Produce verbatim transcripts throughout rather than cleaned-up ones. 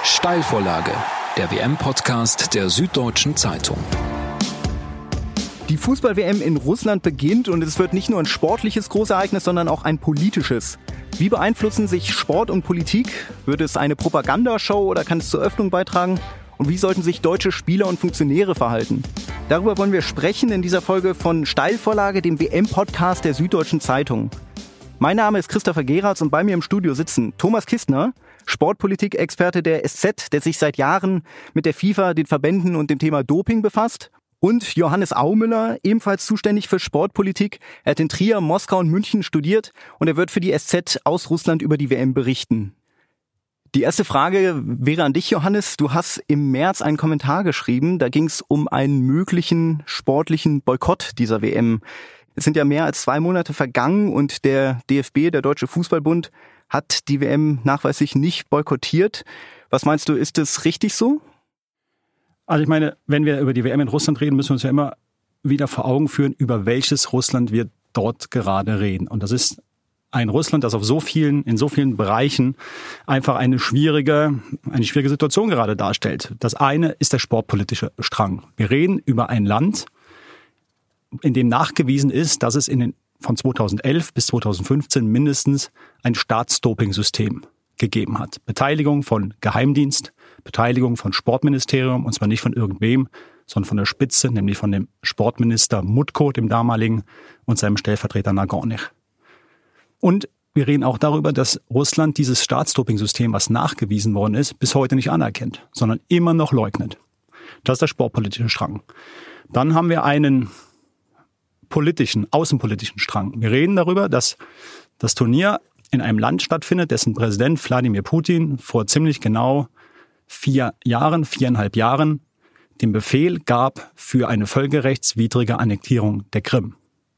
Steilvorlage, der W M-Podcast der Süddeutschen Zeitung. Die Fußball-W M in Russland beginnt und es wird nicht nur ein sportliches Großereignis, sondern auch ein politisches. Wie beeinflussen sich Sport und Politik? Wird es eine Propagandashow oder kann es zur Öffnung beitragen? Und wie sollten sich deutsche Spieler und Funktionäre verhalten? Darüber wollen wir sprechen in dieser Folge von Steilvorlage, dem W M-Podcast der Süddeutschen Zeitung. Mein Name ist Christopher Geratz und bei mir im Studio sitzen Thomas Kistner, Sportpolitik-Experte der S Z, der sich seit Jahren mit der FIFA, den Verbänden und dem Thema Doping befasst. Und Johannes Aumüller, ebenfalls zuständig für Sportpolitik. Er hat in Trier, Moskau und München studiert und er wird für die S Z aus Russland über die W M berichten. Die erste Frage wäre an dich, Johannes. Du hast im März einen Kommentar geschrieben. Da ging es um einen möglichen sportlichen Boykott dieser W M. Es sind ja mehr als zwei Monate vergangen und der D F B, der Deutsche Fußballbund, hat die W M nachweislich nicht boykottiert. Was meinst du, ist das richtig so? Also ich meine, wenn wir über die W M in Russland reden, müssen wir uns ja immer wieder vor Augen führen, über welches Russland wir dort gerade reden. Und das ist ein Russland, das auf so vielen, in so vielen Bereichen einfach eine schwierige, eine schwierige Situation gerade darstellt. Das eine ist der sportpolitische Strang. Wir reden über ein Land, in dem nachgewiesen ist, dass es in den, von zweitausendelf bis zweitausendfünfzehn mindestens ein Staatsdoping-System gegeben hat. Beteiligung von Geheimdienst, Beteiligung von Sportministerium, und zwar nicht von irgendwem, sondern von der Spitze, nämlich von dem Sportminister Mutko, dem damaligen, und seinem Stellvertreter Nagornych. Und wir reden auch darüber, dass Russland dieses Staatsdoping-System, was nachgewiesen worden ist, bis heute nicht anerkennt, sondern immer noch leugnet. Das ist der sportpolitische Strang. Dann haben wir einen politischen, außenpolitischen Strang. Wir reden darüber, dass das Turnier in einem Land stattfindet, dessen Präsident Wladimir Putin vor ziemlich genau vier Jahren, viereinhalb Jahren den Befehl gab für eine völkerrechtswidrige Annektierung der Krim.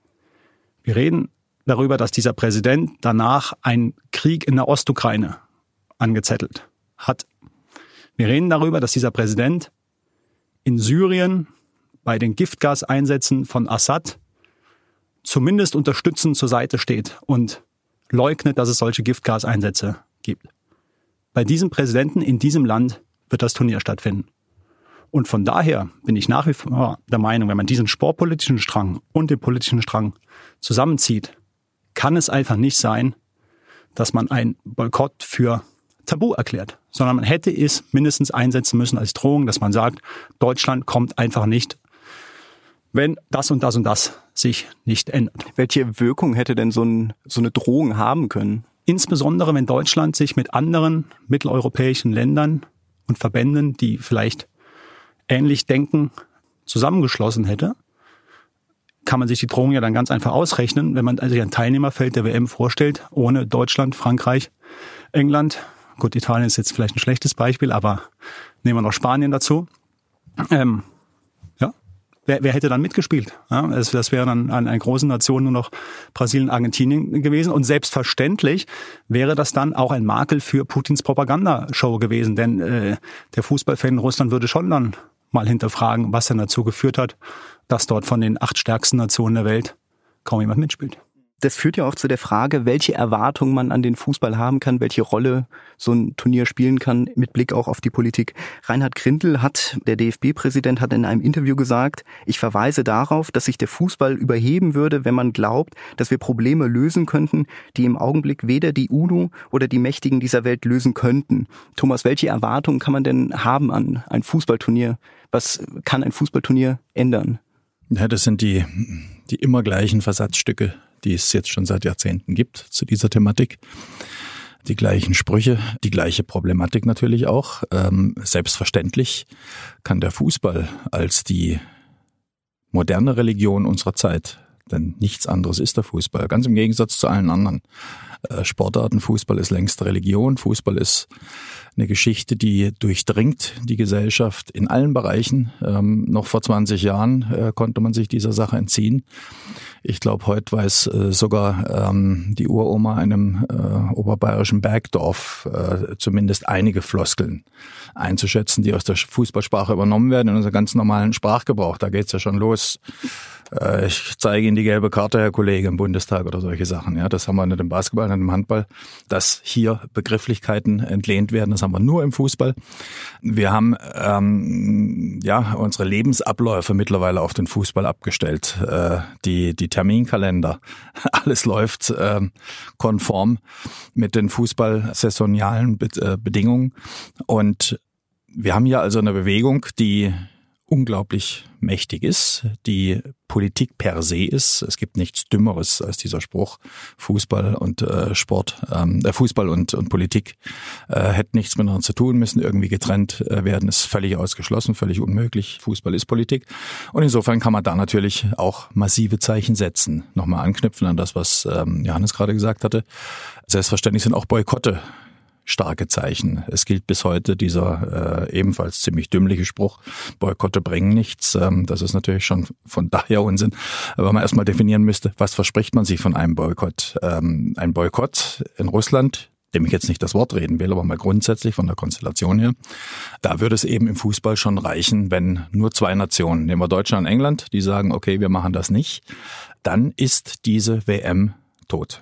Wir reden darüber, dass dieser Präsident danach einen Krieg in der Ostukraine angezettelt hat. Wir reden darüber, dass dieser Präsident in Syrien bei den Giftgaseinsätzen von Assad zumindest unterstützend zur Seite steht und leugnet, dass es solche Giftgaseinsätze gibt. Bei diesem Präsidenten in diesem Land wird das Turnier stattfinden. Und von daher bin ich nach wie vor der Meinung, wenn man diesen sportpolitischen Strang und den politischen Strang zusammenzieht, kann es einfach nicht sein, dass man einen Boykott für tabu erklärt, sondern man hätte es mindestens einsetzen müssen als Drohung, dass man sagt, Deutschland kommt einfach nicht, wenn das und das und das sich nicht ändert. Welche Wirkung hätte denn so, ein, so eine Drohung haben können? Insbesondere, wenn Deutschland sich mit anderen mitteleuropäischen Ländern und Verbänden, die vielleicht ähnlich denken, zusammengeschlossen hätte, kann man sich die Drohung ja dann ganz einfach ausrechnen, wenn man also ein Teilnehmerfeld der W M vorstellt, ohne Deutschland, Frankreich, England. Gut, Italien ist jetzt vielleicht ein schlechtes Beispiel, aber nehmen wir noch Spanien dazu. Ähm, ja, wer, wer hätte dann mitgespielt? Ja, das, das wäre dann an einer großen Nation nur noch Brasilien, Argentinien gewesen. Und selbstverständlich wäre das dann auch ein Makel für Putins Propagandashow gewesen, denn äh, der Fußballfan in Russland würde schon dann mal hinterfragen, was denn dazu geführt hat, dass dort von den acht stärksten Nationen der Welt kaum jemand mitspielt. Das führt ja auch zu der Frage, welche Erwartungen man an den Fußball haben kann, welche Rolle so ein Turnier spielen kann, mit Blick auch auf die Politik. Reinhard Grindel hat, der D F B-Präsident, hat in einem Interview gesagt, ich verweise darauf, dass sich der Fußball überheben würde, wenn man glaubt, dass wir Probleme lösen könnten, die im Augenblick weder die UNO oder die Mächtigen dieser Welt lösen könnten. Thomas, welche Erwartungen kann man denn haben an ein Fußballturnier? Was kann ein Fußballturnier ändern? Ja, das sind die, die immer gleichen Versatzstücke, die es jetzt schon seit Jahrzehnten gibt zu dieser Thematik. Die gleichen Sprüche, die gleiche Problematik natürlich auch. Ähm, selbstverständlich kann der Fußball als die moderne Religion unserer Zeit, denn nichts anderes ist der Fußball, ganz im Gegensatz zu allen anderen äh, Sportarten. Fußball ist längst Religion. Fußball ist eine Geschichte, die durchdringt die Gesellschaft in allen Bereichen. Ähm, noch vor zwanzig Jahren äh, konnte man sich dieser Sache entziehen. Ich glaube, heute weiß äh, sogar ähm, die Uroma einem äh, oberbayerischen Bergdorf äh, zumindest einige Floskeln einzuschätzen, die aus der Fußballsprache übernommen werden in unserem ganz normalen Sprachgebrauch. Da geht's ja schon los. Äh, ich zeige Ihnen ziehen die gelbe Karte, Herr Kollege, im Bundestag oder solche Sachen. Ja, das haben wir nicht im Basketball, nicht im Handball. Dass hier Begrifflichkeiten entlehnt werden, das haben wir nur im Fußball. Wir haben ähm, ja unsere Lebensabläufe mittlerweile auf den Fußball abgestellt. Äh, die die Terminkalender, alles läuft äh, konform mit den fußballsaisonalen Be- äh, Bedingungen. Und wir haben hier also eine Bewegung, die unglaublich mächtig ist, die Politik per se ist. Es gibt nichts Dümmeres als dieser Spruch, Fußball und äh, Sport, ähm, äh, Fußball und, und Politik äh, hätten nichts miteinander zu tun, müssen irgendwie getrennt äh, werden, ist völlig ausgeschlossen, völlig unmöglich. Fußball ist Politik. Und insofern kann man da natürlich auch massive Zeichen setzen. Nochmal anknüpfen an das, was ähm, Johannes gerade gesagt hatte. Selbstverständlich sind auch Boykotte starke Zeichen. Es gilt bis heute dieser äh, ebenfalls ziemlich dümmliche Spruch, Boykotte bringen nichts. Ähm, das ist natürlich schon von daher Unsinn. Aber man erstmal definieren müsste, was verspricht man sich von einem Boykott? Ähm, ein Boykott in Russland, dem ich jetzt nicht das Wort reden will, aber mal grundsätzlich von der Konstellation her, da würde es eben im Fußball schon reichen, wenn nur zwei Nationen, nehmen wir Deutschland und England, die sagen, okay, wir machen das nicht, dann ist diese W M tot.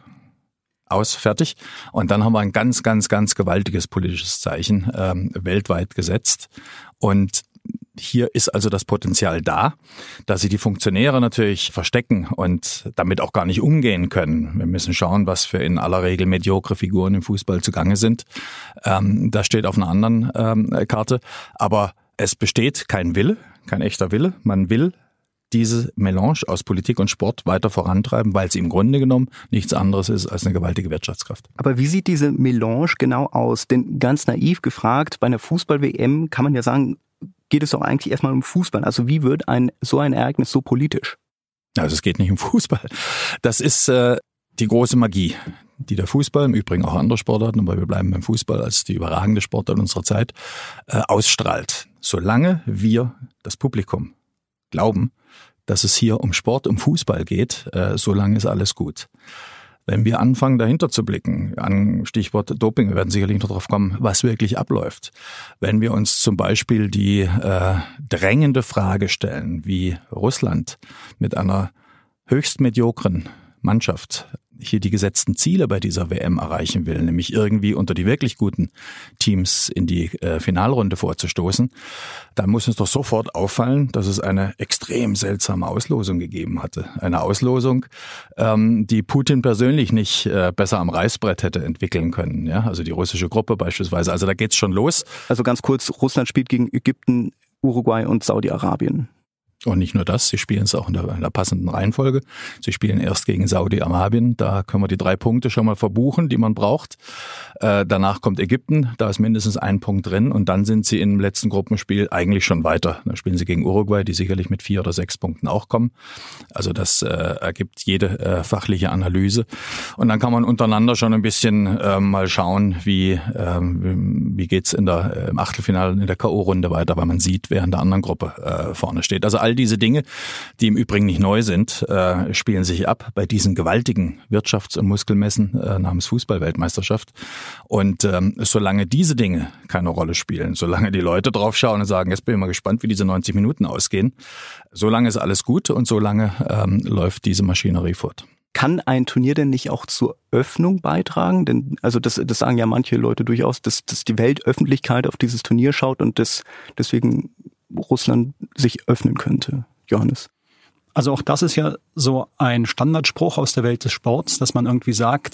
Aus, fertig. Und dann haben wir ein ganz, ganz, ganz gewaltiges politisches Zeichen ähm, weltweit gesetzt. Und hier ist also das Potenzial da, dass sie die Funktionäre natürlich verstecken und damit auch gar nicht umgehen können. Wir müssen schauen, was für in aller Regel mediokre Figuren im Fußball zugange sind. Ähm, das steht auf einer anderen ähm, Karte. Aber es besteht kein Wille, kein echter Wille. Man will diese Melange aus Politik und Sport weiter vorantreiben, weil sie im Grunde genommen nichts anderes ist als eine gewaltige Wirtschaftskraft. Aber wie sieht diese Melange genau aus? Denn ganz naiv gefragt, bei einer Fußball-W M kann man ja sagen, geht es doch eigentlich erstmal um Fußball. Also wie wird ein so ein Ereignis so politisch? Also es geht nicht um Fußball. Das ist äh, die große Magie, die der Fußball, im Übrigen auch andere Sportarten, aber wir bleiben beim Fußball als die überragende Sportart unserer Zeit, äh, ausstrahlt. Solange wir, das Publikum, glauben, dass es hier um Sport, um Fußball geht, äh, solange ist alles gut. Wenn wir anfangen, dahinter zu blicken, an Stichwort Doping, wir werden sicherlich noch darauf kommen, was wirklich abläuft. Wenn wir uns zum Beispiel die äh, drängende Frage stellen, wie Russland mit einer höchst mediokren Mannschaft hier die gesetzten Ziele bei dieser W M erreichen will, nämlich irgendwie unter die wirklich guten Teams in die äh, Finalrunde vorzustoßen, dann muss uns doch sofort auffallen, dass es eine extrem seltsame Auslosung gegeben hatte. Eine Auslosung, ähm, die Putin persönlich nicht äh, besser am Reißbrett hätte entwickeln können. Ja? Also die russische Gruppe beispielsweise. Also da geht's schon los. Also ganz kurz, Russland spielt gegen Ägypten, Uruguay und Saudi-Arabien. Und nicht nur das, sie spielen es auch in der, in der passenden Reihenfolge. Sie spielen erst gegen Saudi-Arabien, da können wir die drei Punkte schon mal verbuchen, die man braucht. Äh, danach kommt Ägypten, da ist mindestens ein Punkt drin und dann sind sie im letzten Gruppenspiel eigentlich schon weiter. Dann spielen sie gegen Uruguay, die sicherlich mit vier oder sechs Punkten auch kommen. Also das äh, ergibt jede äh, fachliche Analyse. Und dann kann man untereinander schon ein bisschen äh, mal schauen, wie äh, wie geht's in der äh, im Achtelfinale, in der K O-Runde weiter, weil man sieht, wer in der anderen Gruppe äh, vorne steht. Also all diese Dinge, die im Übrigen nicht neu sind, äh, spielen sich ab bei diesen gewaltigen Wirtschafts- und Muskelmessen äh, namens Fußball-Weltmeisterschaft. Und ähm, solange diese Dinge keine Rolle spielen, solange die Leute drauf schauen und sagen, jetzt bin ich mal gespannt, wie diese neunzig Minuten ausgehen, solange ist alles gut und solange ähm, läuft diese Maschinerie fort. Kann ein Turnier denn nicht auch zur Öffnung beitragen? Denn also das, das sagen ja manche Leute durchaus, dass, dass die Weltöffentlichkeit auf dieses Turnier schaut und das deswegen Russland sich öffnen könnte. Johannes? Also auch das ist ja so ein Standardspruch aus der Welt des Sports, dass man irgendwie sagt,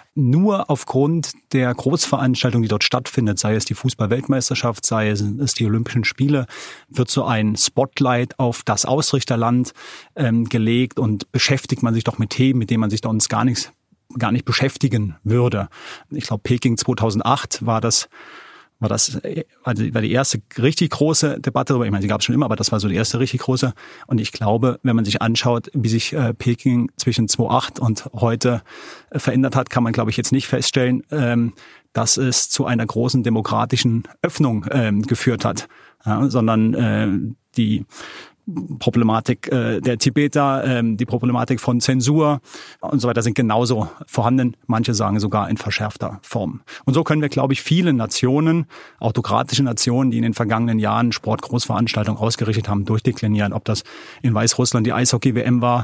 nur aufgrund der Großveranstaltung, die dort stattfindet, sei es die Fußball-Weltmeisterschaft, sei es die Olympischen Spiele, wird so ein Spotlight auf das Ausrichterland ähm, gelegt und beschäftigt man sich doch mit Themen, mit denen man sich da uns gar nichts, gar nicht beschäftigen würde. Ich glaube, Peking zweitausendacht war das war das war die, war die erste richtig große Debatte darüber. Ich meine, sie gab es schon immer, aber das war so die erste richtig große. Und ich glaube, wenn man sich anschaut, wie sich äh, Peking zwischen zweitausendacht und heute äh, verändert hat, kann man, glaube ich, jetzt nicht feststellen, ähm, dass es zu einer großen demokratischen Öffnung ähm, geführt hat, ja, sondern äh, die Problematik äh, der Tibeter, ähm, die Problematik von Zensur und so weiter sind genauso vorhanden. Manche sagen sogar in verschärfter Form. Und so können wir, glaube ich, viele Nationen, autokratische Nationen, die in den vergangenen Jahren Sportgroßveranstaltungen ausgerichtet haben, durchdeklinieren. Ob das in Weißrussland die Eishockey-W M war,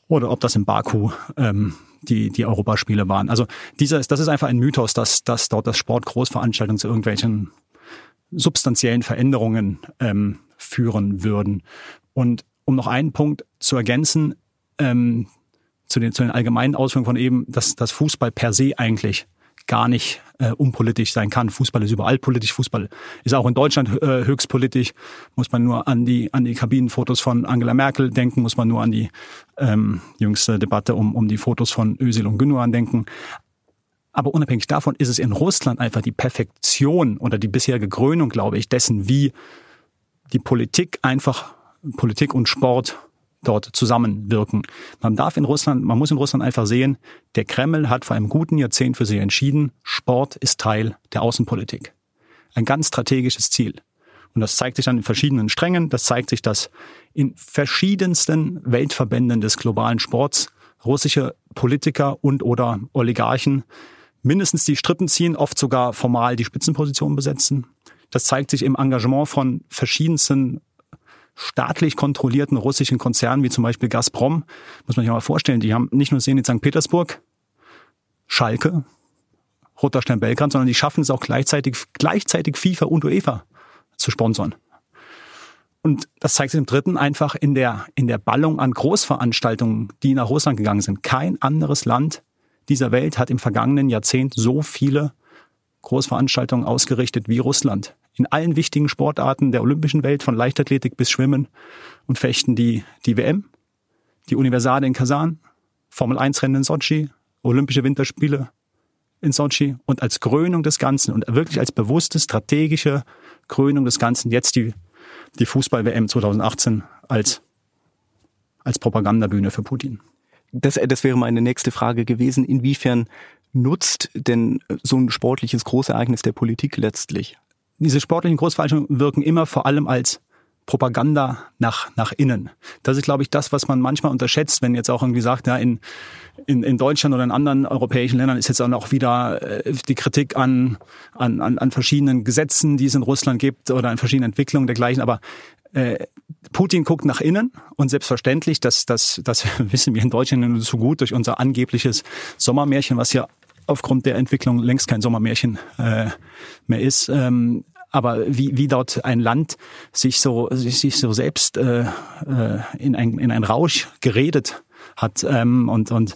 oder ob das in Baku ähm, die, die Europaspiele waren. Also dieser, das ist einfach ein Mythos, dass, dass dort das Sportgroßveranstaltungen zu irgendwelchen substanziellen Veränderungen ähm, führen würden. Und um noch einen Punkt zu ergänzen, ähm, zu den, zu den allgemeinen Ausführungen von eben, dass, dass Fußball per se eigentlich gar nicht äh, unpolitisch sein kann. Fußball ist überall politisch. Fußball ist auch in Deutschland äh, höchst politisch. Muss man nur an die an die Kabinenfotos von Angela Merkel denken, muss man nur an die ähm, jüngste Debatte um um die Fotos von Özil und Gündoğan denken. Aber unabhängig davon ist es in Russland einfach die Perfektion oder die bisherige Krönung, glaube ich, dessen, wie die Politik einfach, Politik und Sport dort zusammenwirken. Man darf in Russland, man muss in Russland einfach sehen, der Kreml hat vor einem guten Jahrzehnt für sich entschieden, Sport ist Teil der Außenpolitik. Ein ganz strategisches Ziel. Und das zeigt sich dann in verschiedenen Strängen. Das zeigt sich, dass in verschiedensten Weltverbänden des globalen Sports russische Politiker und oder Oligarchen mindestens die Strippen ziehen, oft sogar formal die Spitzenpositionen besetzen. Das zeigt sich im Engagement von verschiedensten staatlich kontrollierten russischen Konzernen, wie zum Beispiel Gazprom. Muss man sich mal vorstellen, die haben nicht nur Zenit Sankt Petersburg, Schalke, Roter Stern Belgrad, sondern die schaffen es auch gleichzeitig, gleichzeitig FIFA und UEFA zu sponsern. Und das zeigt sich im Dritten einfach in der, in der Ballung an Großveranstaltungen, die nach Russland gegangen sind. Kein anderes Land dieser Welt hat im vergangenen Jahrzehnt so viele Großveranstaltungen ausgerichtet wie Russland. In allen wichtigen Sportarten der olympischen Welt, von Leichtathletik bis Schwimmen und Fechten, die, die W M, die Universale in Kasan, Formel eins Rennen in Sotschi, Olympische Winterspiele in Sotschi und als Krönung des Ganzen und wirklich als bewusste strategische Krönung des Ganzen jetzt die, die Fußball-W M zwanzig achtzehn als, als Propagandabühne für Putin. Das, das wäre meine nächste Frage gewesen. Inwiefern nutzt denn so ein sportliches Großereignis der Politik letztlich? Diese sportlichen Großveranstaltungen wirken immer vor allem als Propaganda nach, nach innen. Das ist, glaube ich, das, was man manchmal unterschätzt, wenn jetzt auch irgendwie sagt, ja, in, in, in Deutschland oder in anderen europäischen Ländern ist jetzt auch noch wieder äh, die Kritik an, an, an, an verschiedenen Gesetzen, die es in Russland gibt oder an verschiedenen Entwicklungen dergleichen. Aber äh, Putin guckt nach innen und selbstverständlich, das, das, das wissen wir in Deutschland nur so gut durch unser angebliches Sommermärchen, was ja aufgrund der Entwicklung längst kein Sommermärchen äh, mehr ist. Ähm, aber wie, wie dort ein Land sich so, sich, sich so selbst äh, in ein, in ein Rausch geredet hat ähm, und und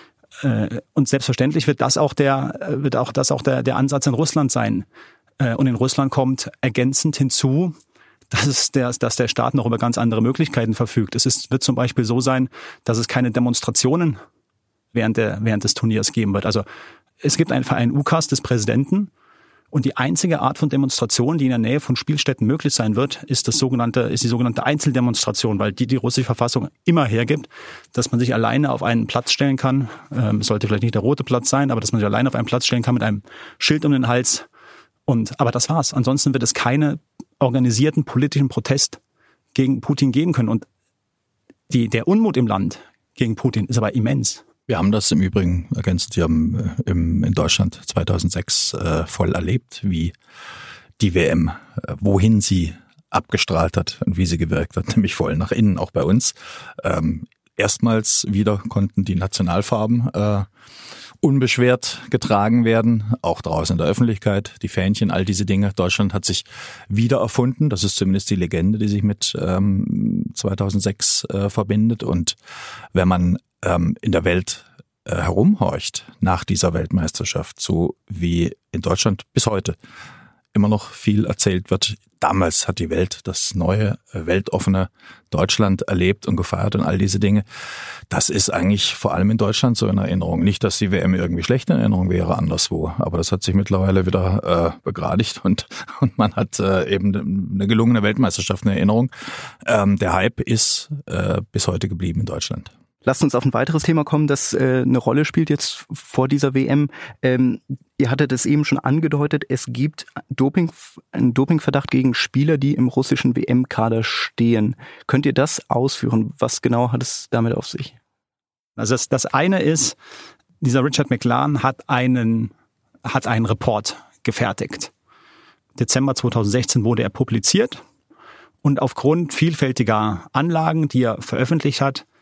äh, und selbstverständlich wird das auch der wird auch das auch der der Ansatz in Russland sein. Äh, und in Russland kommt ergänzend hinzu, dass es der, dass der Staat noch über ganz andere Möglichkeiten verfügt. Es ist, wird zum Beispiel so sein, dass es keine Demonstrationen während der während des Turniers geben wird. Also es gibt einfach einen Ukas des Präsidenten und die einzige Art von Demonstration, die in der Nähe von Spielstätten möglich sein wird, ist das sogenannte ist die sogenannte Einzeldemonstration, weil die die russische Verfassung immer hergibt, dass man sich alleine auf einen Platz stellen kann. Ähm, sollte vielleicht nicht der rote Platz sein, aber dass man sich alleine auf einen Platz stellen kann mit einem Schild um den Hals. Und aber das war's. Ansonsten wird es keine organisierten politischen Protest gegen Putin geben können. Und die der Unmut im Land gegen Putin ist aber immens. Wir haben das im Übrigen ergänzt, Sie haben im, in Deutschland zweitausendsechs äh, voll erlebt, wie die W M, äh, wohin sie abgestrahlt hat und wie sie gewirkt hat, nämlich voll nach innen, auch bei uns. Ähm, erstmals wieder konnten die Nationalfarben äh, unbeschwert getragen werden, auch draußen in der Öffentlichkeit, die Fähnchen, all diese Dinge. Deutschland hat sich wieder erfunden, das ist zumindest die Legende, die sich mit ähm, zweitausendsechs äh, verbindet. Und wenn man ähm, in der Welt äh, herumhorcht nach dieser Weltmeisterschaft, so wie in Deutschland bis heute immer noch viel erzählt wird, damals hat die Welt das neue, weltoffene Deutschland erlebt und gefeiert und all diese Dinge. Das ist eigentlich vor allem in Deutschland so in Erinnerung. Nicht, dass die W M irgendwie schlecht in Erinnerung wäre anderswo, aber das hat sich mittlerweile wieder äh, begradigt und, und man hat äh, eben eine gelungene Weltmeisterschaft in Erinnerung. Ähm, der Hype ist äh, bis heute geblieben in Deutschland. Lasst uns auf ein weiteres Thema kommen, das äh, eine Rolle spielt jetzt vor dieser W M. Ähm, ihr hattet es eben schon angedeutet, es gibt Doping, einen Dopingverdacht gegen Spieler, die im russischen W M-Kader stehen. Könnt ihr das ausführen? Was genau hat es damit auf sich? Also das, das eine ist, dieser Richard McLaren hat einen, hat einen Report gefertigt. Dezember zweitausendsechzehn wurde er publiziert und aufgrund vielfältiger Anlagen, die er veröffentlicht hat,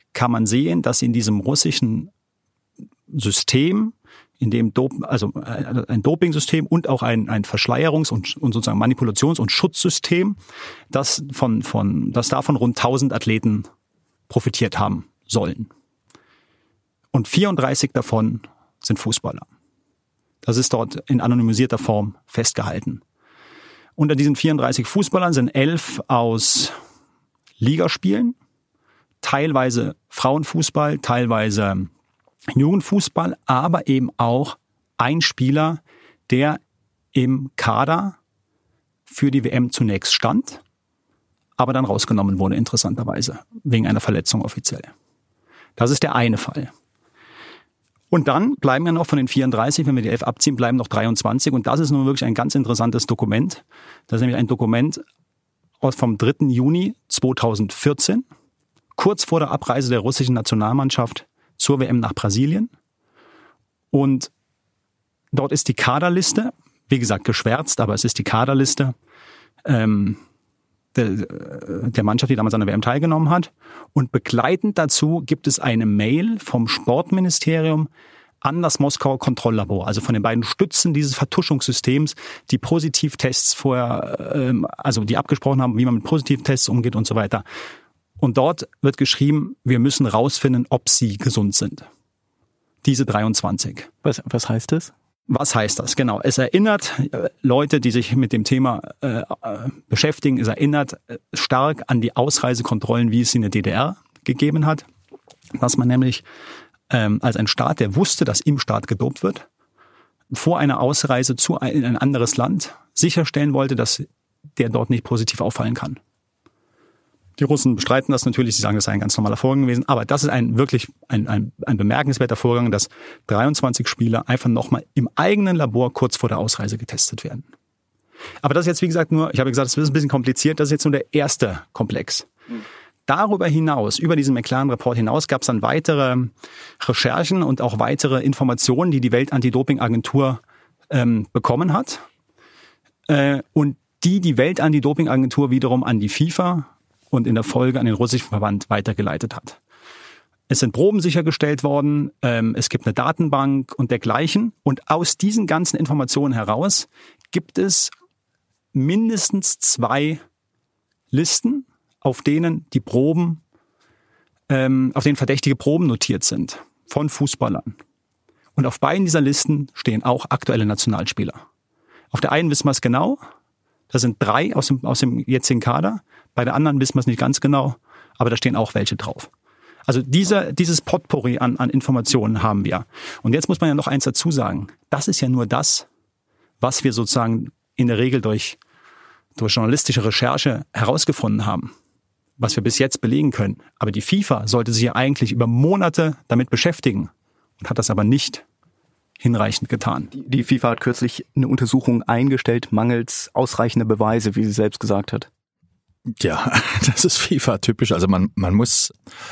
kann man sehen, dass in diesem russischen System, in dem Dop, also ein Dopingsystem und auch ein, ein Verschleierungs- und, und sozusagen Manipulations- und Schutzsystem, das von, von, das davon rund tausend Athleten profitiert haben sollen. Und vierunddreißig davon sind Fußballer. Das ist dort in anonymisierter Form festgehalten. Unter diesen vierunddreißig Fußballern sind elf aus Ligaspielen, teilweise Frauenfußball, teilweise Jugendfußball, aber eben auch ein Spieler, der im Kader für die W M zunächst stand, aber dann rausgenommen wurde, interessanterweise, wegen einer Verletzung offiziell. Das ist der eine Fall. Und dann bleiben ja noch von den vierunddreißig, wenn wir die elf abziehen, bleiben noch dreiundzwanzig. Und das ist nun wirklich ein ganz interessantes Dokument. Das ist nämlich ein Dokument vom dritten Juni zweitausendvierzehn, kurz vor der Abreise der russischen Nationalmannschaft zur W M nach Brasilien. Und dort ist die Kaderliste, wie gesagt geschwärzt, aber es ist die Kaderliste ähm, der, der Mannschaft, die damals an der W M teilgenommen hat. Und begleitend dazu gibt es eine Mail vom Sportministerium an das Moskauer Kontrolllabor, also von den beiden Stützen dieses Vertuschungssystems, die Positivtests vorher, ähm, also die abgesprochen haben, wie man mit Positivtests umgeht und so weiter. Und dort wird geschrieben, wir müssen rausfinden, ob sie gesund sind. Diese dreiundzwanzig. Was, was heißt das? Was heißt das? Genau. Es erinnert äh, Leute, die sich mit dem Thema äh, beschäftigen, es erinnert äh, stark an die Ausreisekontrollen, wie es sie in der D D R gegeben hat. Dass man nämlich ähm, als ein Staat, der wusste, dass im Staat gedopt wird, vor einer Ausreise zu ein, in ein anderes Land sicherstellen wollte, dass der dort nicht positiv auffallen kann. Die Russen bestreiten das natürlich, sie sagen, das sei ein ganz normaler Vorgang gewesen, aber das ist ein wirklich ein, ein, ein bemerkenswerter Vorgang, dass dreiundzwanzig Spieler einfach nochmal im eigenen Labor kurz vor der Ausreise getestet werden. Aber das ist jetzt, wie gesagt, nur, ich habe gesagt, das ist ein bisschen kompliziert, das ist jetzt nur der erste Komplex. Mhm. Darüber hinaus, über diesen McLaren-Report hinaus, gab es dann weitere Recherchen und auch weitere Informationen, die die Weltantidoping-Agentur ähm, bekommen hat äh, und die die Weltantidoping-Agentur wiederum an die FIFA und in der Folge an den russischen Verband weitergeleitet hat. Es sind Proben sichergestellt worden, ähm, es gibt eine Datenbank und dergleichen. Und aus diesen ganzen Informationen heraus gibt es mindestens zwei Listen, auf denen die Proben, ähm, auf denen verdächtige Proben notiert sind von Fußballern. Und auf beiden dieser Listen stehen auch aktuelle Nationalspieler. Auf der einen wissen wir es genau, da sind drei aus dem, aus dem jetzigen Kader. Bei der anderen wissen wir es nicht ganz genau, aber da stehen auch welche drauf. Also diese, dieses Potpourri an, an Informationen haben wir. Und jetzt muss man ja noch eins dazu sagen. Das ist ja nur das, was wir sozusagen in der Regel durch, durch journalistische Recherche herausgefunden haben, was wir bis jetzt belegen können. Aber die FIFA sollte sich ja eigentlich über Monate damit beschäftigen und hat das aber nicht hinreichend getan. Die, die FIFA hat kürzlich eine Untersuchung eingestellt, mangels ausreichender Beweise, wie sie selbst gesagt hat. Ja, das ist FIFA-typisch. Also man, man muss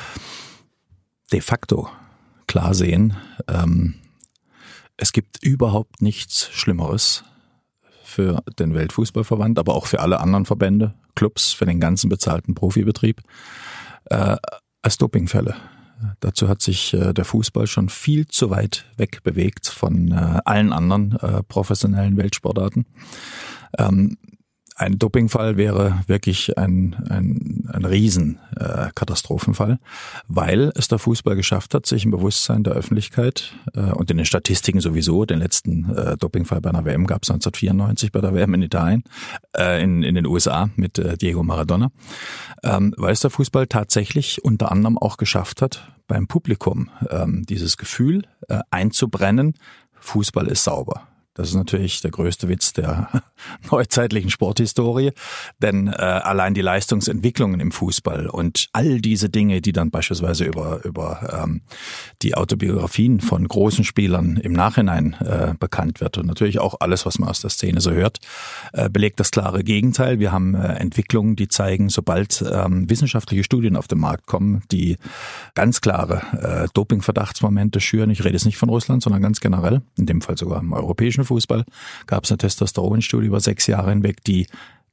de facto klar sehen, ähm, es gibt überhaupt nichts Schlimmeres für den Weltfußballverband, aber auch für alle anderen Verbände, Clubs, für den ganzen bezahlten Profibetrieb, äh, als Dopingfälle. Dazu hat sich äh, der Fußball schon viel zu weit weg bewegt von äh, allen anderen äh, professionellen Weltsportarten. Ähm, Ein Dopingfall wäre wirklich ein, ein, ein Riesenkatastrophenfall, weil es der Fußball geschafft hat, sich im Bewusstsein der Öffentlichkeit äh, und in den Statistiken sowieso, den letzten äh, Dopingfall bei einer W M gab es neunzehnhundertvierundneunzig bei der W M in Italien, äh, in, in den U S A mit äh, Diego Maradona, ähm, weil es der Fußball tatsächlich unter anderem auch geschafft hat, beim Publikum ähm, dieses Gefühl äh, einzubrennen, Fußball ist sauber. Das ist natürlich der größte Witz der neuzeitlichen Sporthistorie, denn äh, allein die Leistungsentwicklungen im Fußball und all diese Dinge, die dann beispielsweise über über ähm, die Autobiografien von großen Spielern im Nachhinein äh, bekannt wird und natürlich auch alles, was man aus der Szene so hört, äh, belegt das klare Gegenteil. Wir haben äh, Entwicklungen, die zeigen, sobald ähm, wissenschaftliche Studien auf den Markt kommen, die ganz klare äh, Dopingverdachtsmomente schüren. Ich rede jetzt nicht von Russland, sondern ganz generell, in dem Fall sogar im europäischen Fußball, gab es eine Testosteronstudie über sechs Jahre hinweg, die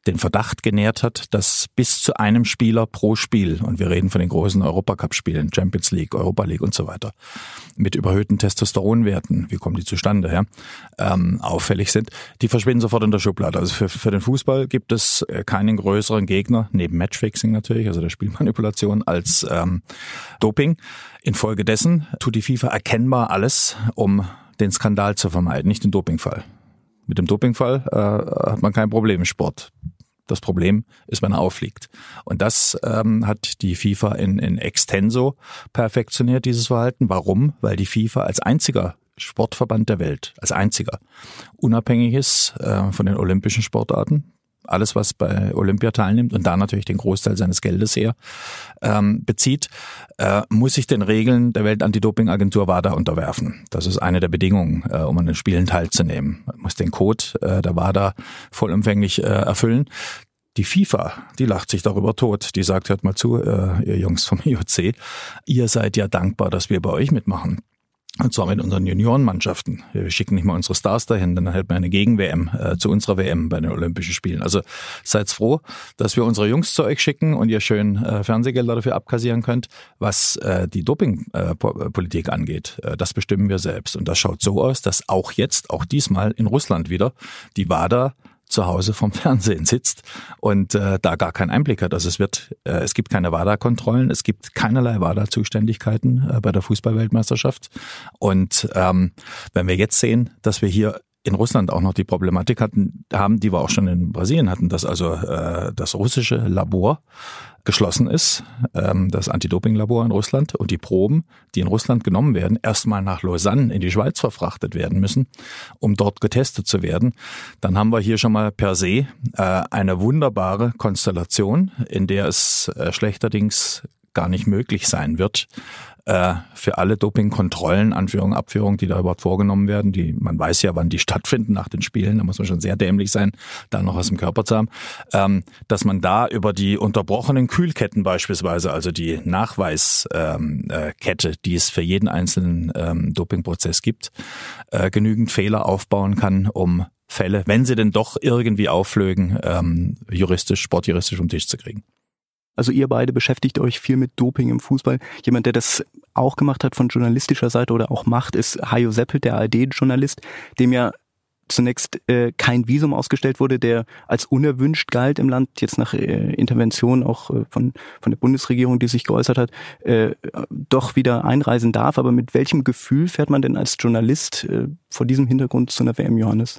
den Verdacht genährt hat, dass bis zu einem Spieler pro Spiel, und wir reden von den großen Europacup-Spielen, Champions League, Europa League und so weiter, mit überhöhten Testosteronwerten, wie kommen die zustande, ja, ähm, auffällig sind, die verschwinden sofort in der Schublade. Also für, für den Fußball gibt es keinen größeren Gegner, neben Matchfixing natürlich, also der Spielmanipulation, als ähm, Doping. Infolgedessen tut die FIFA erkennbar alles, um den Skandal zu vermeiden, nicht den Dopingfall. Mit dem Dopingfall äh, hat man kein Problem im Sport. Das Problem ist, wenn er auffliegt. Und das ähm, hat die FIFA in, in extenso perfektioniert, dieses Verhalten. Warum? Weil die FIFA als einziger Sportverband der Welt, als einziger, unabhängig ist äh, von den olympischen Sportarten. Alles, was bei Olympia teilnimmt und da natürlich den Großteil seines Geldes her ähm, bezieht, äh, muss sich den Regeln der Weltantidopingagentur WADA unterwerfen. Das ist eine der Bedingungen, äh, um an den Spielen teilzunehmen. Man muss den Code äh, der WADA vollumfänglich äh, erfüllen. Die FIFA, die lacht sich darüber tot. Die sagt, hört mal zu, äh, ihr Jungs vom I O C, ihr seid ja dankbar, dass wir bei euch mitmachen. Und zwar mit unseren Juniorenmannschaften. Wir schicken nicht mal unsere Stars dahin, dann hält man eine Gegen-W M äh, zu unserer W M bei den Olympischen Spielen. Also seid froh, dass wir unsere Jungs zu euch schicken und ihr schön äh, Fernsehgelder dafür abkassieren könnt. Was äh, die Dopingpolitik äh, angeht, äh, das bestimmen wir selbst. Und das schaut so aus, dass auch jetzt, auch diesmal in Russland wieder, die WADA zu Hause vom Fernsehen sitzt und äh, da gar keinen Einblick hat. Also es wird, äh, es gibt keine WADA-Kontrollen, es gibt keinerlei WADA-Zuständigkeiten äh, bei der Fußball-Weltmeisterschaft. Und ähm, wenn wir jetzt sehen, dass wir hier in Russland auch noch die Problematik hatten, haben, die wir auch schon in Brasilien hatten, dass also äh, das russische Labor geschlossen ist, ähm, das Anti-Doping-Labor in Russland, und die Proben, die in Russland genommen werden, erstmal nach Lausanne in die Schweiz verfrachtet werden müssen, um dort getestet zu werden. Dann haben wir hier schon mal per se äh, eine wunderbare Konstellation, in der es äh, schlechterdings gar nicht möglich sein wird, äh, für alle Dopingkontrollen, Anführung, Abführung, die da überhaupt vorgenommen werden, die, man weiß ja, wann die stattfinden nach den Spielen, da muss man schon sehr dämlich sein, da noch was im Körper zu haben, ähm, dass man da über die unterbrochenen Kühlketten beispielsweise, also die Nachweiskette, ähm, äh, die es für jeden einzelnen ähm, Dopingprozess gibt, äh, genügend Fehler aufbauen kann, um Fälle, wenn sie denn doch irgendwie aufflögen, ähm, juristisch, sportjuristisch vom Tisch zu kriegen. Also ihr beide beschäftigt euch viel mit Doping im Fußball. Jemand, der das auch gemacht hat von journalistischer Seite oder auch macht, ist Hajo Seppelt, der A R D-Journalist, dem ja zunächst äh, kein Visum ausgestellt wurde, der als unerwünscht galt im Land, jetzt nach äh, Intervention auch äh, von von der Bundesregierung, die sich geäußert hat, äh, doch wieder einreisen darf. Aber mit welchem Gefühl fährt man denn als Journalist äh, vor diesem Hintergrund zu einer W M, Johannes?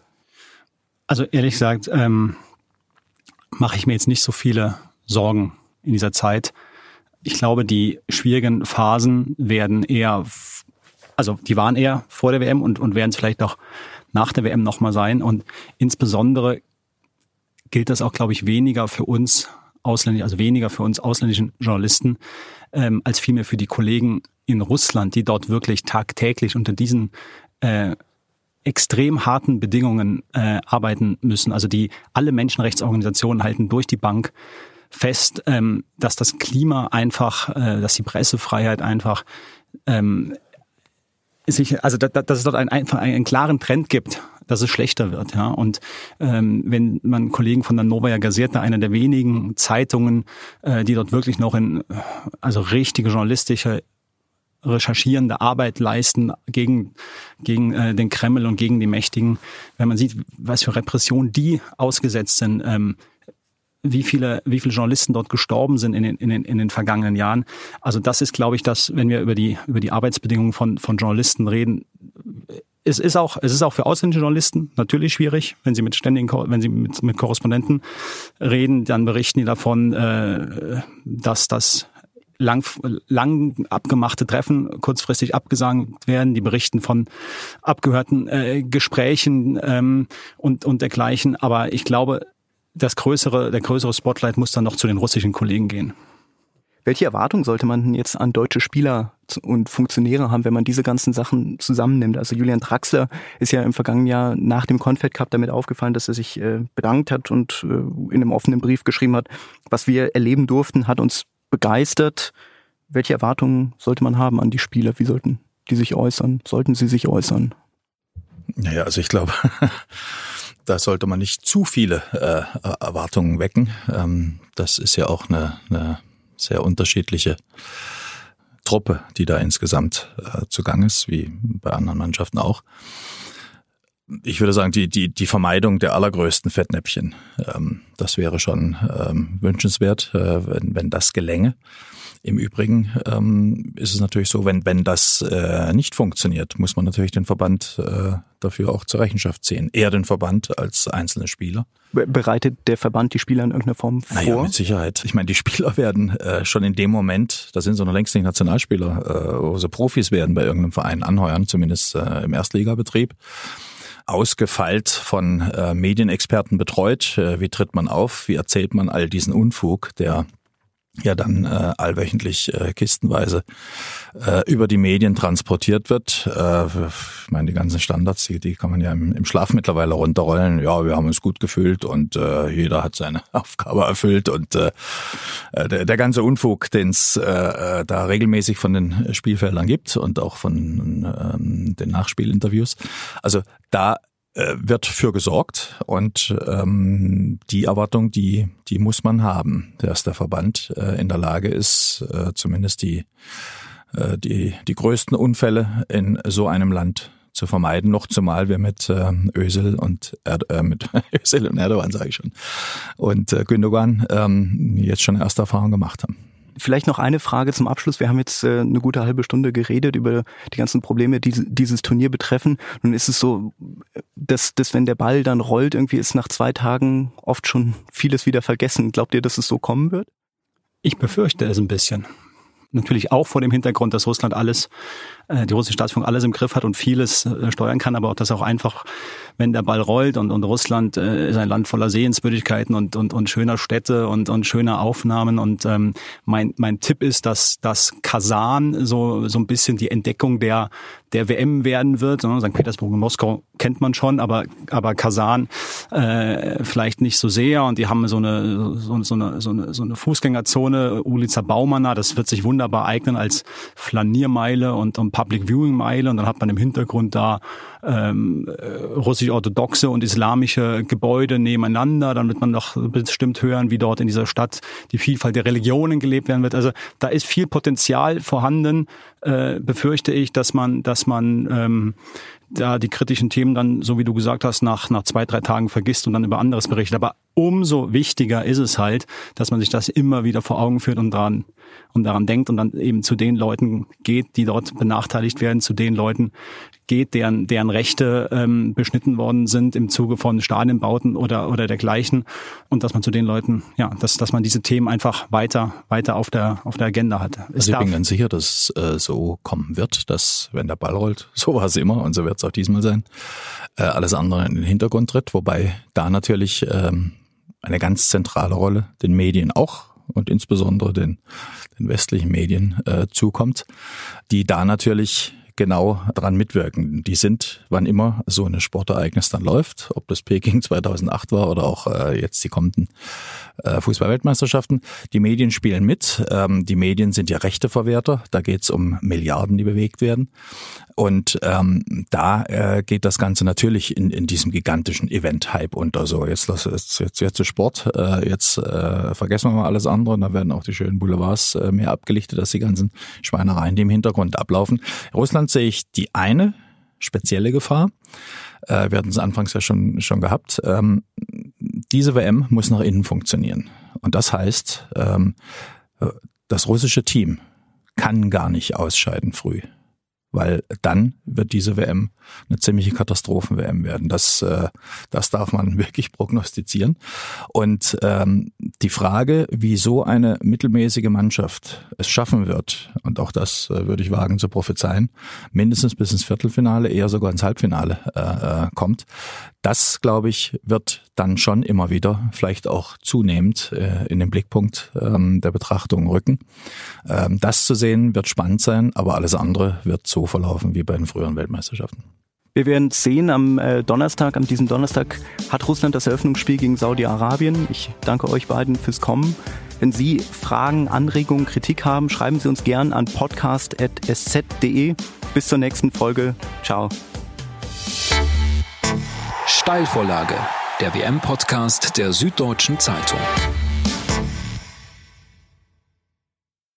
Also ehrlich gesagt ähm, mache ich mir jetzt nicht so viele Sorgen in dieser Zeit. Ich glaube, die schwierigen Phasen werden eher, also die waren eher vor der W M und, und werden es vielleicht auch nach der W M nochmal sein. Und insbesondere gilt das auch, glaube ich, weniger für uns Ausländische, also weniger für uns ausländischen Journalisten, ähm, als vielmehr für die Kollegen in Russland, die dort wirklich tagtäglich unter diesen äh, extrem harten Bedingungen äh, arbeiten müssen. Also die alle Menschenrechtsorganisationen halten durch die Bank fest, ähm, dass das Klima einfach, äh, dass die Pressefreiheit einfach, ähm, sich, also da, dass es dort einen, einfach einen klaren Trend gibt, dass es schlechter wird. Ja. Und ähm, wenn man Kollegen von der Novaya Gazeta, einer der wenigen Zeitungen, äh, die dort wirklich noch in, also richtige journalistische recherchierende Arbeit leisten gegen gegen äh, den Kreml und gegen die Mächtigen, wenn man sieht, was für Repressionen die ausgesetzt sind, ähm, wie viele, wie viele Journalisten dort gestorben sind in den, in den, in den vergangenen Jahren. Also das ist, glaube ich, das, wenn wir über die, über die Arbeitsbedingungen von, von Journalisten reden. Es ist auch, es ist auch für ausländische Journalisten natürlich schwierig, wenn sie mit ständigen, wenn sie mit, mit Korrespondenten reden, dann berichten die davon, äh, dass das lang, lang abgemachte Treffen kurzfristig abgesagt werden. Die berichten von abgehörten äh, Gesprächen ähm, und, und dergleichen. Aber ich glaube, das größere, der größere Spotlight muss dann noch zu den russischen Kollegen gehen. Welche Erwartungen sollte man denn jetzt an deutsche Spieler und Funktionäre haben, wenn man diese ganzen Sachen zusammennimmt? Also Julian Draxler ist ja im vergangenen Jahr nach dem Confed Cup damit aufgefallen, dass er sich äh, bedankt hat und äh, in einem offenen Brief geschrieben hat, was wir erleben durften, hat uns begeistert. Welche Erwartungen sollte man haben an die Spieler? Wie sollten die sich äußern? Sollten sie sich äußern? Naja, also ich glaube, da sollte man nicht zu viele äh, Erwartungen wecken. Ähm, das ist ja auch eine, eine sehr unterschiedliche Truppe, die da insgesamt äh, zugange ist, wie bei anderen Mannschaften auch. Ich würde sagen, die, die, die Vermeidung der allergrößten Fettnäpfchen, ähm, das wäre schon ähm, wünschenswert, äh, wenn, wenn das gelänge. Im Übrigen ähm, ist es natürlich so, wenn, wenn das äh, nicht funktioniert, muss man natürlich den Verband äh, dafür auch zur Rechenschaft ziehen. Eher den Verband als einzelne Spieler. Bereitet der Verband die Spieler in irgendeiner Form vor? Naja, mit Sicherheit. Ich meine, die Spieler werden äh, schon in dem Moment, da sind sie noch längst nicht Nationalspieler, äh, wo sie Profis werden bei irgendeinem Verein anheuern, zumindest äh, im Erstligabetrieb. Ausgefeilt von äh, Medienexperten betreut. Äh, wie tritt man auf? Wie erzählt man all diesen Unfug, der ja dann äh, allwöchentlich äh, kistenweise äh, über die Medien transportiert wird. Äh, ich meine, die ganzen Standards, die, die kann man ja im, im Schlaf mittlerweile runterrollen. Ja, wir haben uns gut gefühlt und äh, jeder hat seine Aufgabe erfüllt und äh, der, der ganze Unfug, den es äh, da regelmäßig von den Spielfeldern gibt und auch von ähm, den Nachspielinterviews. Also da wird für gesorgt und ähm, die Erwartung, die die muss man haben, dass der Verband äh, in der Lage ist, äh, zumindest die äh, die die größten Unfälle in so einem Land zu vermeiden. Noch zumal wir mit äh, Özil und Erd- äh, mit Özil und Erdogan, sage ich schon, und äh, Gündogan ähm, jetzt schon erste Erfahrungen gemacht haben. Vielleicht noch eine Frage zum Abschluss. Wir haben jetzt äh, eine gute halbe Stunde geredet über die ganzen Probleme, die dieses Turnier betreffen. Nun ist es so, dass, dass wenn der Ball dann rollt, irgendwie ist nach zwei Tagen oft schon vieles wieder vergessen. Glaubt ihr, dass es so kommen wird? Ich befürchte es ein bisschen. Natürlich auch vor dem Hintergrund, dass Russland alles, äh, die russische Staatsführung alles im Griff hat und vieles äh, steuern kann, aber auch, dass auch einfach, wenn der Ball rollt und, und Russland äh, ist ein Land voller Sehenswürdigkeiten und, und, und schöner Städte und, und schöner Aufnahmen und ähm, mein, mein Tipp ist, dass, dass Kasan so, so ein bisschen die Entdeckung der, der W M werden wird. Sankt Petersburg und Moskau kennt man schon, aber, aber Kasan äh, vielleicht nicht so sehr und die haben so eine, so, so eine, so eine, so eine Fußgängerzone, Ulica Baumana, das wird sich wunderbar eignen als Flaniermeile und, und Public Viewing Meile und dann hat man im Hintergrund da ähm, russisch-orthodoxe und islamische Gebäude nebeneinander, dann wird man doch bestimmt hören, wie dort in dieser Stadt die Vielfalt der Religionen gelebt werden wird. Also da ist viel Potenzial vorhanden, äh, befürchte ich, dass man, dass man ähm, da die kritischen Themen dann, so wie du gesagt hast, nach, nach zwei, drei Tagen vergisst und dann über anderes berichtet. Aber umso wichtiger ist es halt, dass man sich das immer wieder vor Augen führt und daran, und daran denkt und dann eben zu den Leuten geht, die dort benachteiligt werden, zu den Leuten geht, deren, deren Rechte ähm, beschnitten worden sind im Zuge von Stadionbauten oder, oder dergleichen. Und dass man zu den Leuten, ja, dass, dass man diese Themen einfach weiter, weiter auf der, auf der Agenda hat. Es also ich bin ganz sicher, dass es äh, so kommen wird, dass wenn der Ball rollt, so war es immer und so wird es auch diesmal sein, äh, alles andere in den Hintergrund tritt, wobei da natürlich ähm, eine ganz zentrale Rolle den Medien auch und insbesondere den, den westlichen Medien äh, zukommt, die da natürlich genau dran mitwirken. Die sind, wann immer so ein Sportereignis dann läuft, ob das Peking zweitausendacht war oder auch äh, jetzt die kommenden äh, Fußball-Weltmeisterschaften, die Medien spielen mit. Ähm, die Medien sind ja Rechteverwerter, da geht es um Milliarden, die bewegt werden. Und ähm, da äh, geht das Ganze natürlich in, in diesem gigantischen Event-Hype unter. So, jetzt jetzt jetzt jetzt ist Sport, äh, jetzt äh, vergessen wir mal alles andere und da werden auch die schönen Boulevards äh, mehr abgelichtet als die ganzen Schweinereien, die im Hintergrund ablaufen. In Russland sehe ich die eine spezielle Gefahr. Äh, wir hatten es anfangs ja schon schon gehabt. Ähm, diese W M muss nach innen funktionieren. Und das heißt, ähm, das russische Team kann gar nicht ausscheiden früh. Weil dann wird diese W M eine ziemliche Katastrophen-W M werden. Das, äh, das darf man wirklich prognostizieren. Und ähm, die Frage, wie so eine mittelmäßige Mannschaft es schaffen wird, und auch das äh, würde ich wagen zu prophezeien, mindestens bis ins Viertelfinale, eher sogar ins Halbfinale äh, kommt, das, glaube ich, wird dann schon immer wieder, vielleicht auch zunehmend äh, in den Blickpunkt ähm, der Betrachtung rücken. Ähm, das zu sehen wird spannend sein, aber alles andere wird so verlaufen wie bei den früheren Weltmeisterschaften. Wir werden sehen am äh, Donnerstag, an diesem Donnerstag hat Russland das Eröffnungsspiel gegen Saudi-Arabien. Ich danke euch beiden fürs Kommen. Wenn Sie Fragen, Anregungen, Kritik haben, schreiben Sie uns gern an podcast at s z punkt d e. Bis zur nächsten Folge. Ciao. Steilvorlage, der W M-Podcast der Süddeutschen Zeitung.